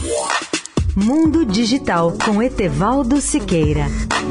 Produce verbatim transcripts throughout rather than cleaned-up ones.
Mundo Digital com Etevaldo Siqueira.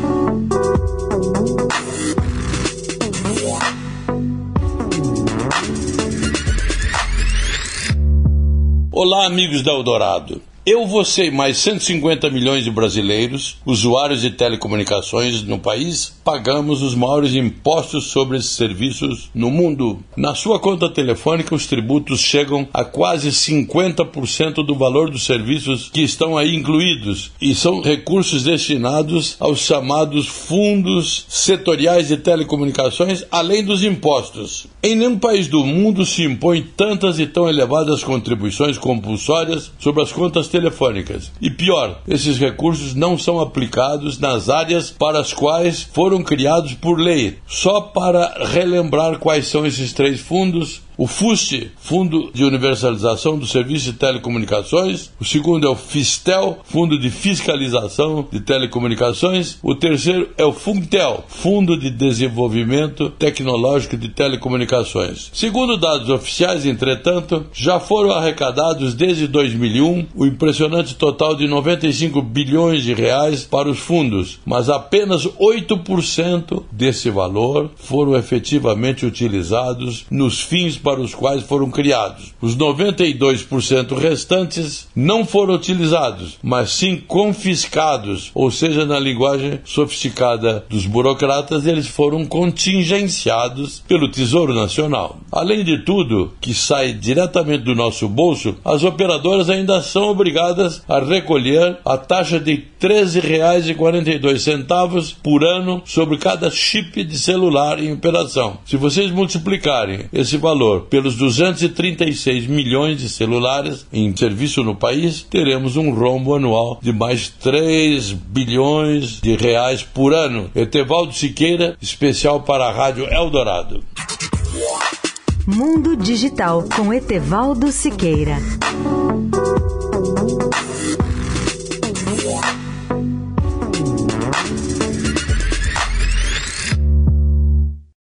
Olá, amigos da Eldorado. Eu, você e mais cento e cinquenta milhões de brasileiros, usuários de telecomunicações no país, pagamos os maiores impostos sobre esses serviços no mundo. Na sua conta telefônica, os tributos chegam a quase cinquenta por cento do valor dos serviços que estão aí incluídos, e são recursos destinados aos chamados fundos setoriais de telecomunicações, além dos impostos. Em nenhum país do mundo se impõem tantas e tão elevadas contribuições compulsórias sobre as contas telefônicas. E pior, esses recursos não são aplicados nas áreas para as quais foram criados por lei. Só para relembrar quais são esses três fundos: o FUST, Fundo de Universalização do Serviço de Telecomunicações; o segundo é o FISTEL, Fundo de Fiscalização de Telecomunicações; o terceiro é o FUNTEL, Fundo de Desenvolvimento Tecnológico de Telecomunicações. Segundo dados oficiais, entretanto, já foram arrecadados desde dois mil e um o impressionante total de noventa e cinco bilhões de reais para os fundos, mas apenas oito por cento desse valor foram efetivamente utilizados nos fins para os quais foram criados. Os noventa e dois por cento restantes não foram utilizados, mas sim confiscados, ou seja, na linguagem sofisticada dos burocratas, eles foram contingenciados pelo Tesouro Nacional. Além de tudo, que sai diretamente do nosso bolso, as operadoras ainda são obrigadas a recolher a taxa de treze reais e quarenta e dois centavos por ano sobre cada chip de celular em operação. Se vocês multiplicarem esse valor pelos duzentos e trinta e seis milhões de celulares em serviço no país, teremos um rombo anual de mais três bilhões de reais por ano. Etevaldo Siqueira, especial para a Rádio Eldorado. Mundo Digital com Etevaldo Siqueira.